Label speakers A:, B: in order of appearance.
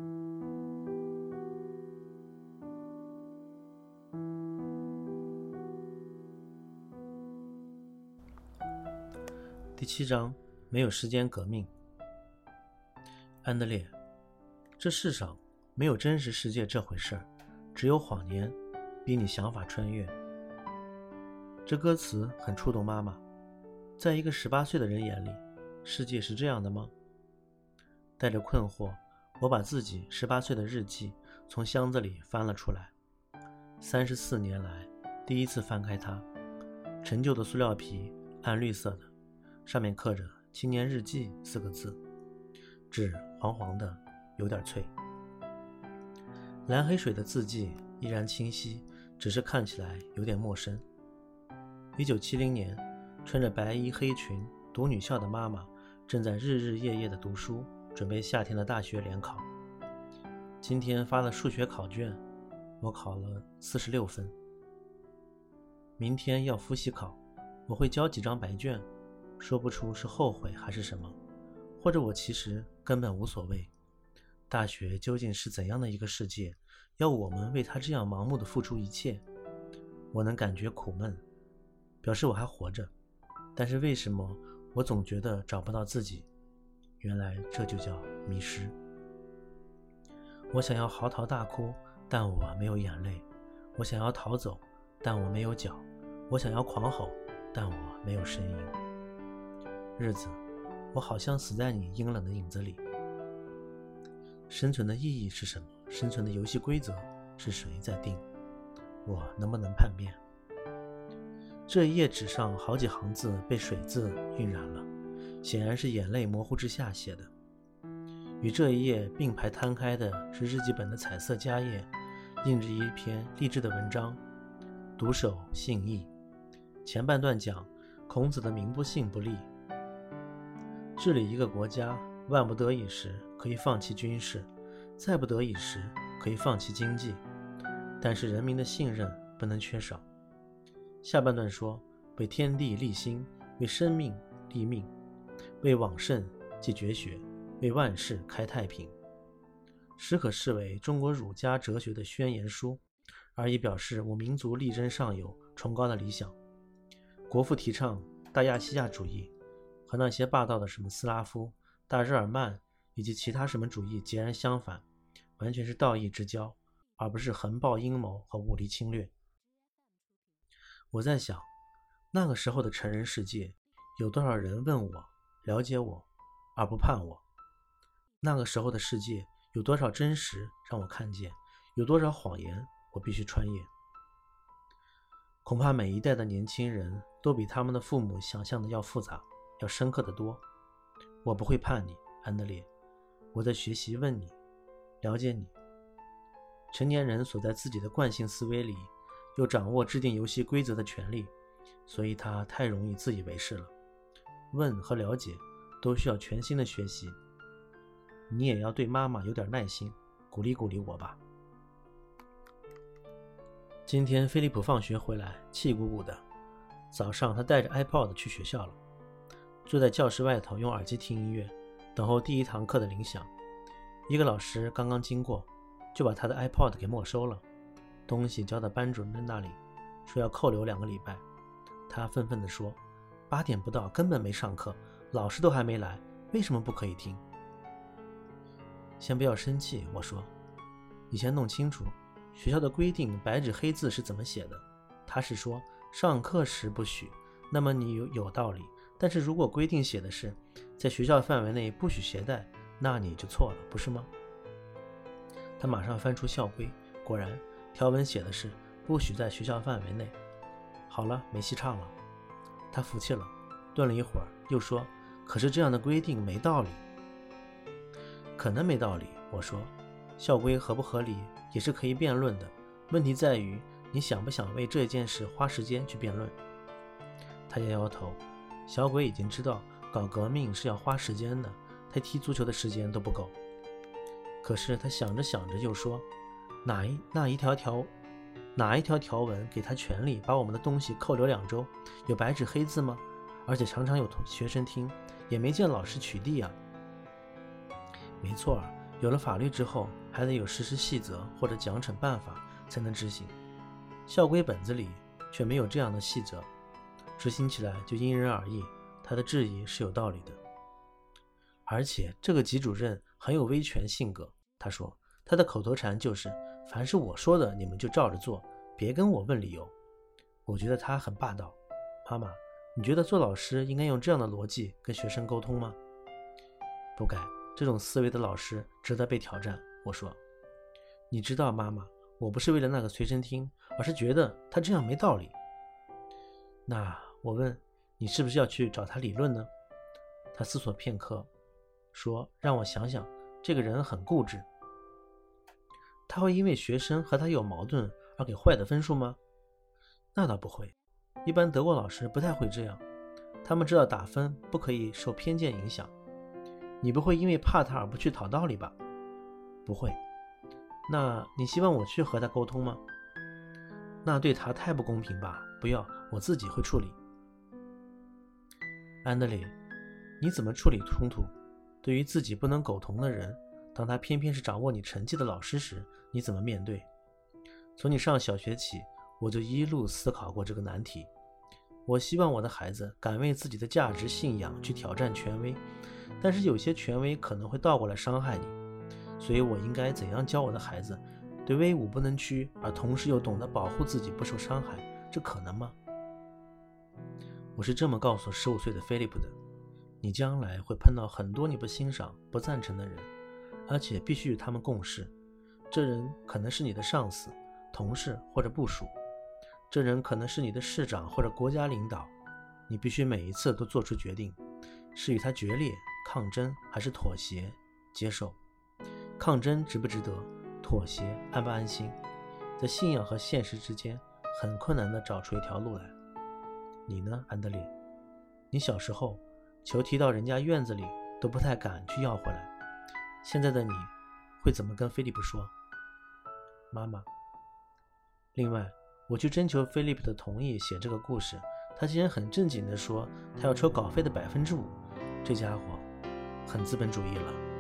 A: 第7章，没有时间革命。安德烈，这世上没有真实世界这回事儿，只有谎言逼你想法穿越。这歌词很触动妈妈。在一个18岁的人眼里，世界是这样的吗？带着困惑，我把自己18岁的日记从箱子里翻了出来。34年来第一次翻开它，陈旧的塑料皮，暗绿色的，上面刻着青年日记4个字，纸黄黄的，有点脆。蓝黑水的字迹依然清晰，只是看起来有点陌生。1970年，穿着白衣黑裙读女校的妈妈正在日日夜夜地读书，准备夏天的大学联考。今天发了数学考卷，我考了46分。明天要复习考，我会交几张白卷，说不出是后悔还是什么，或者我其实根本无所谓。大学究竟是怎样的一个世界，要我们为它这样盲目地付出一切？我能感觉苦闷，表示我还活着，但是为什么我总觉得找不到自己？原来这就叫迷失。我想要嚎啕大哭，但我没有眼泪；我想要逃走，但我没有脚；我想要狂吼，但我没有声音。日子，我好像死在你阴冷的影子里。生存的意义是什么？生存的游戏规则是谁在定？我能不能叛变？这一页纸上好几行字被水渍晕染了，显然是眼泪模糊之下写的。与这一页并排摊开的是日记本的彩色夹页，印着一篇励志的文章，读手信义。前半段讲孔子的名不信不立。治理一个国家，万不得已时可以放弃军事，再不得已时可以放弃经济，但是人民的信任不能缺少。下半段说，为天地立心，为生命立命，为往圣继绝学，为万世开太平。实可视为中国儒家哲学的宣言书，而以表示我民族力争上有崇高的理想。国父提倡大亚细亚主义，和那些霸道的什么斯拉夫、大日耳曼以及其他什么主义截然相反，完全是道义之交，而不是横暴阴谋和武力侵略。我在想，那个时候的成人世界，有多少人问我、了解我，而不叛我？那个时候的世界，有多少真实让我看见，有多少谎言我必须穿越？恐怕每一代的年轻人都比他们的父母想象的要复杂，要深刻得多。我不会叛你，安德烈，我在学习问你，了解你。成年人所在自己的惯性思维里，又掌握制定游戏规则的权利，所以他太容易自以为是了。问和了解都需要全新的学习。你也要对妈妈有点耐心，鼓励鼓励我吧。今天菲利普放学回来气鼓鼓的，早上他带着 iPod 去学校了，坐在教室外头用耳机听音乐，等候第一堂课的铃响。一个老师刚刚经过，就把他的 iPod 给没收了，东西交到班主任那里，说要扣留2个礼拜。他愤愤地说，8点不到根本没上课，老师都还没来，为什么不可以听？先不要生气，我说，你先弄清楚学校的规定白纸黑字是怎么写的。他是说上课时不许，那么你有道理，但是如果规定写的是在学校范围内不许携带，那你就错了，不是吗？他马上翻出校规，果然条文写的是不许在学校范围内。好了，没戏唱了。他服气了，顿了一会儿又说，可是这样的规定没道理。可能没道理，我说，校规合不合理也是可以辩论的，问题在于你想不想为这件事花时间去辩论。他摇摇头，小鬼已经知道搞革命是要花时间的，他踢足球的时间都不够。可是他想着想着又说，哪一条条文给他权利把我们的东西扣留2周？有白纸黑字吗？而且常常有学生听，也没见老师取缔啊。没错， 有了法律之后，还得有实施细则或者奖惩办法才能执行。校规本子里却没有这样的细则，执行起来就因人而异。他的质疑是有道理的。而且这个级主任很有威权性格，他说他的口头禅就是凡是我说的你们就照着做，别跟我问理由。我觉得他很霸道。妈妈，你觉得做老师应该用这样的逻辑跟学生沟通吗？不该，这种思维的老师值得被挑战。我说，你知道妈妈，我不是为了那个随身听，而是觉得他这样没道理。那我问你是不是要去找他理论呢？他思索片刻说，让我想想，这个人很固执。他会因为学生和他有矛盾而给坏的分数吗？那倒不会，一般德国老师不太会这样，他们知道打分不可以受偏见影响。你不会因为怕他而不去讨道理吧？不会。那你希望我去和他沟通吗？那对他太不公平吧，不要，我自己会处理。安德烈，你怎么处理冲突？对于自己不能苟同的人，当他偏偏是掌握你成绩的老师时，你怎么面对？从你上小学起，我就一路思考过这个难题。我希望我的孩子敢为自己的价值信仰去挑战权威，但是有些权威可能会倒过来伤害你，所以我应该怎样教我的孩子对威武不能屈，而同时又懂得保护自己不受伤害？这可能吗？我是这么告诉15岁的菲利普的，你将来会碰到很多你不欣赏、不赞成的人，而且必须与他们共事。这人可能是你的上司、同事或者部属，这人可能是你的市长或者国家领导。你必须每一次都做出决定，是与他决裂、抗争还是妥协、接受。抗争值不值得，妥协安不安心，在信仰和现实之间很困难地找出一条路来。你呢，安德烈？你小时候球踢到人家院子里都不太敢去要回来，现在的你会怎么跟菲利普说？妈妈。另外，我去征求菲利普的同意写这个故事，他竟然很正经地说他要抽稿费的5%，这家伙很资本主义了。